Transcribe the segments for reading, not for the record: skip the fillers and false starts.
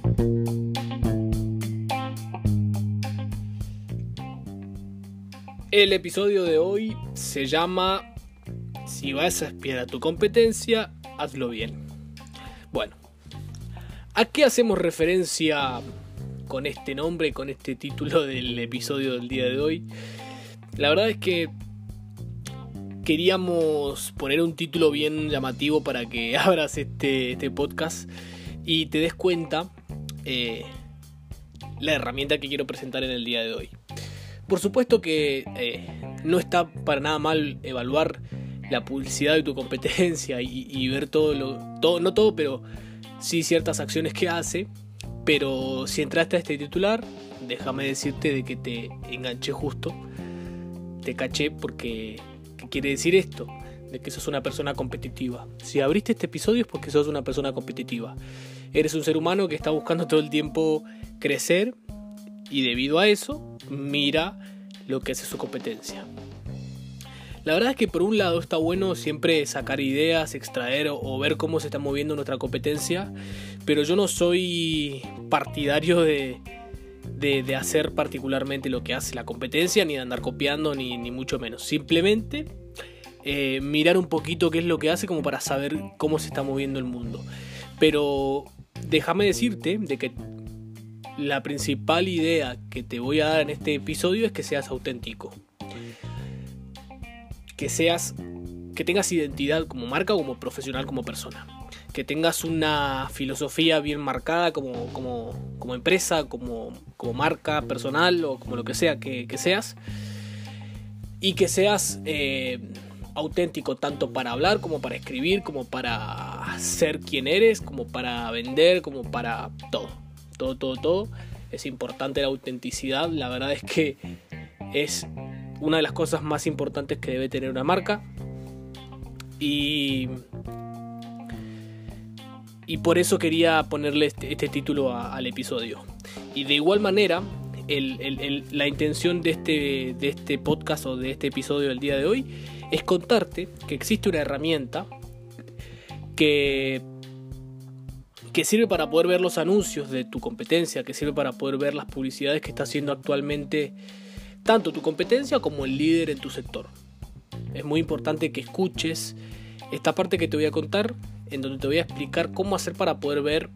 El episodio de hoy se llama Si vas a espiar a tu competencia, hazlo bien. Bueno, ¿a qué hacemos referencia con este nombre, con este título del episodio del día de hoy? La verdad es que queríamos poner un título bien llamativo para que abras este podcast y te des cuenta la herramienta que quiero presentar en el día de hoy. Por supuesto que no está para nada mal evaluar la publicidad de tu competencia y ver no todo, pero sí ciertas acciones que hace. Pero si entraste a este titular, déjame decirte de que te enganché justo, te caché porque ¿qué quiere decir esto? De que sos una persona competitiva. Si abriste este episodio es porque sos una persona competitiva. Eres un ser humano que está buscando todo el tiempo crecer y debido a eso mira lo que hace su competencia. La verdad es que por un lado está bueno siempre sacar ideas, extraer o ver cómo se está moviendo nuestra competencia, pero yo no soy partidario de hacer particularmente lo que hace la competencia, ni de andar copiando, ni mucho menos. Simplemente mirar un poquito qué es lo que hace como para saber cómo se está moviendo el mundo. Pero déjame decirte de que la principal idea que te voy a dar en este episodio es que seas auténtico. Que tengas identidad como marca, como profesional, como persona. Que tengas una filosofía bien marcada como empresa, como marca personal o como lo que sea que seas. Y que seas auténtico tanto para hablar como para escribir, como para ser quien eres, como para vender, como para todo. Todo. Es importante la autenticidad. La verdad es que es una de las cosas más importantes que debe tener una marca. Y por eso quería ponerle este título al episodio. Y de igual manera, la intención de este podcast o de este episodio del día de hoy es contarte que existe una herramienta que sirve para poder ver los anuncios de tu competencia, que sirve para poder ver las publicidades que está haciendo actualmente tanto tu competencia como el líder en tu sector. Es muy importante que escuches esta parte que te voy a contar, en donde te voy a explicar cómo hacer para poder ver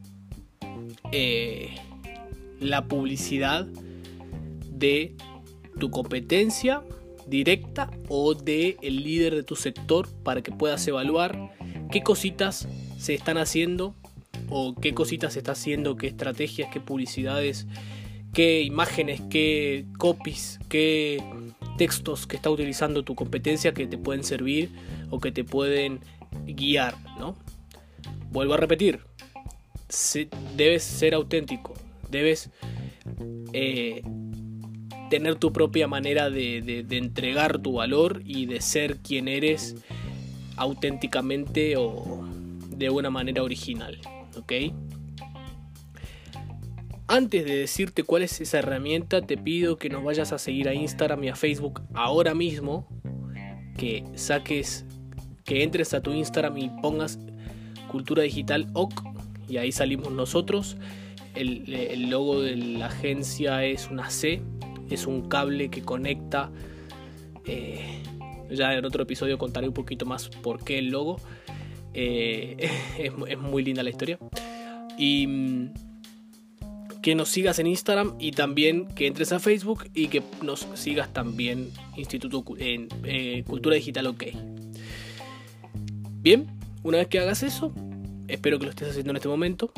la publicidad de tu competencia directa o de el líder de tu sector, para que puedas evaluar qué cositas se están haciendo o qué cositas se está haciendo, qué estrategias, qué publicidades, qué imágenes, qué copies, qué textos que está utilizando tu competencia que te pueden servir o que te pueden guiar, ¿no? Vuelvo a repetir, debes ser auténtico, debes tener tu propia manera de entregar tu valor y de ser quien eres auténticamente o de una manera original, ¿ok? Antes de decirte cuál es esa herramienta, te pido que nos vayas a seguir a Instagram y a Facebook ahora mismo, que entres a tu Instagram y pongas Cultura Digital OK, y ahí salimos nosotros. El logo de la agencia es una C, es un cable que conecta. Ya en otro episodio contaré un poquito más por qué el logo. Es muy linda la historia. Y que nos sigas en Instagram y también que entres a Facebook y que nos sigas también en Cultura Digital OK. Bien, una vez que hagas eso, espero que lo estés haciendo en este momento,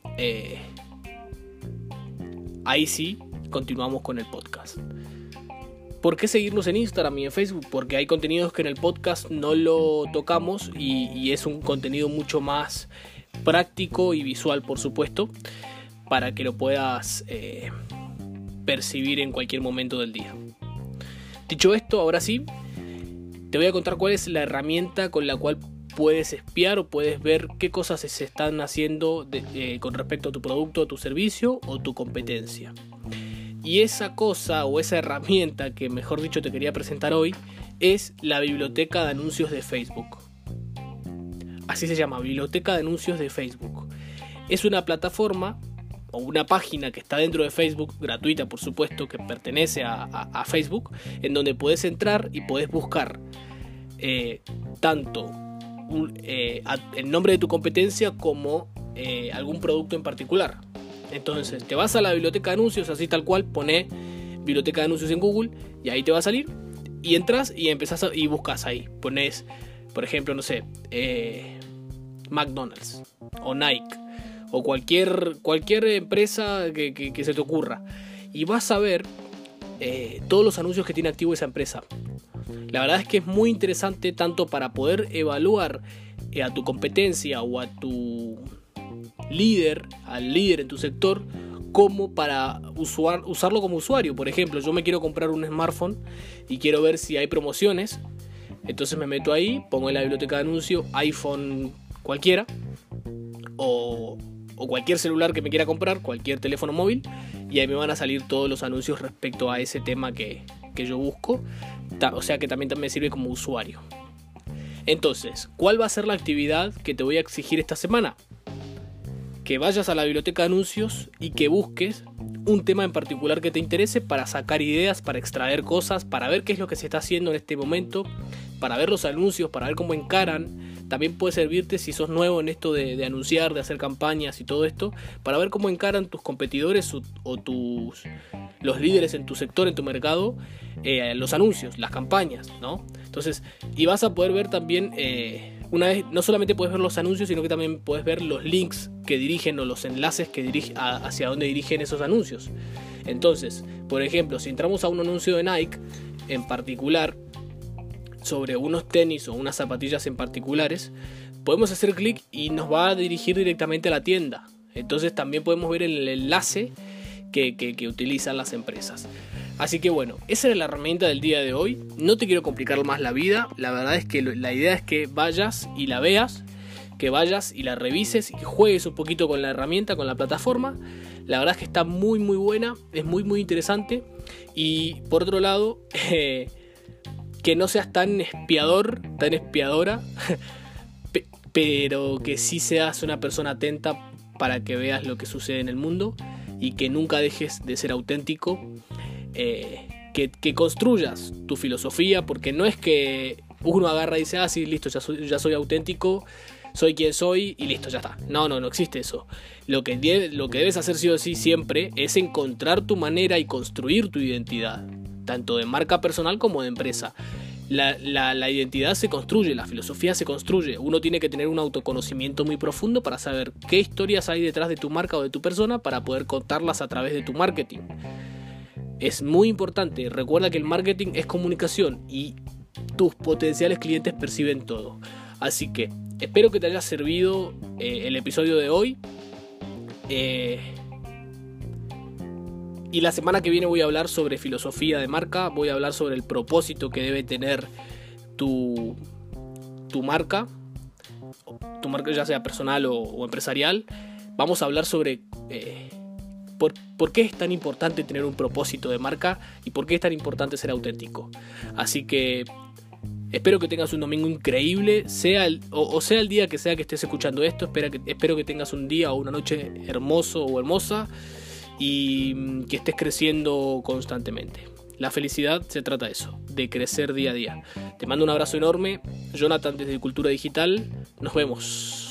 ahí sí continuamos con el podcast. ¿Por qué seguirnos en Instagram y en Facebook? Porque hay contenidos que en el podcast no lo tocamos y es un contenido mucho más práctico y visual, por supuesto, para que lo puedas percibir en cualquier momento del día. Dicho esto, ahora sí, te voy a contar cuál es la herramienta con la cual puedes espiar o puedes ver qué cosas se están haciendo con respecto a tu producto, a tu servicio o tu competencia. Y esa cosa o esa herramienta que mejor dicho te quería presentar hoy es la biblioteca de anuncios de Facebook. Así se llama, biblioteca de anuncios de Facebook. Es una plataforma o una página que está dentro de Facebook, gratuita por supuesto, que pertenece a Facebook, en donde puedes entrar y puedes buscar tanto el nombre de tu competencia como algún producto en particular. Entonces te vas a la biblioteca de anuncios, así tal cual, pone biblioteca de anuncios en Google y ahí te va a salir, y entras y empezás y buscas ahí, pones por ejemplo, no sé, McDonald's o Nike o cualquier empresa que se te ocurra, y vas a ver todos los anuncios que tiene activo esa empresa. La verdad es que es muy interesante, tanto para poder evaluar a tu competencia o a tu al líder en tu sector, como para usarlo como usuario. Por ejemplo, yo me quiero comprar un smartphone y quiero ver si hay promociones. Entonces me meto ahí, pongo en la biblioteca de anuncios iPhone cualquiera o cualquier celular que me quiera comprar, cualquier teléfono móvil, y ahí me van a salir todos los anuncios respecto a ese tema que yo busco. O sea que también me sirve como usuario. Entonces, ¿cuál va a ser la actividad que te voy a exigir esta semana? Que vayas a la biblioteca de anuncios y que busques un tema en particular que te interese, para sacar ideas, para extraer cosas, para ver qué es lo que se está haciendo en este momento, para ver los anuncios, para ver cómo encaran. También puede servirte si sos nuevo en esto de anunciar, de hacer campañas y todo esto, para ver cómo encaran tus competidores o los líderes en tu sector, en tu mercado, los anuncios, las campañas, ¿no? Entonces, y vas a poder ver también, una vez, no solamente puedes ver los anuncios, sino que también puedes ver los links que dirigen o los enlaces que dirigen hacia dónde dirigen esos anuncios. Entonces, por ejemplo, si entramos a un anuncio de Nike en particular, sobre unos tenis o unas zapatillas en particulares, podemos hacer clic y nos va a dirigir directamente a la tienda. Entonces también podemos ver el enlace que utilizan las empresas. Así que bueno, esa era la herramienta del día de hoy. No te quiero complicar más la vida. La verdad es que la idea es que vayas y la veas, que vayas y la revises y que juegues un poquito con la herramienta, con la plataforma. La verdad es que está muy muy buena, es muy muy interesante. Y por otro lado, que no seas tan espiador, tan espiadora, pero que sí seas una persona atenta para que veas lo que sucede en el mundo y que nunca dejes de ser auténtico, que construyas tu filosofía, porque no es que uno agarra y dice, ah sí, listo, ya soy auténtico, soy quien soy y listo, ya está. No existe eso. Lo que debes hacer sí o sí siempre es encontrar tu manera y construir tu identidad, tanto de marca personal como de empresa. La identidad se construye, la filosofía se construye. Uno tiene que tener un autoconocimiento muy profundo para saber qué historias hay detrás de tu marca o de tu persona, para poder contarlas a través de tu marketing. Es muy importante. Recuerda que el marketing es comunicación y tus potenciales clientes perciben todo. Así que espero que te haya servido el episodio de hoy. Y la semana que viene voy a hablar sobre filosofía de marca, voy a hablar sobre el propósito que debe tener tu marca ya sea personal o empresarial. Vamos a hablar sobre por qué es tan importante tener un propósito de marca y por qué es tan importante ser auténtico. Así que espero que tengas un domingo increíble, sea el día que sea que estés escuchando esto. Espero que tengas un día o una noche hermoso o hermosa, y que estés creciendo constantemente. La felicidad se trata de eso, de crecer día a día. Te mando un abrazo enorme, Jonathan desde Cultura Digital. Nos vemos.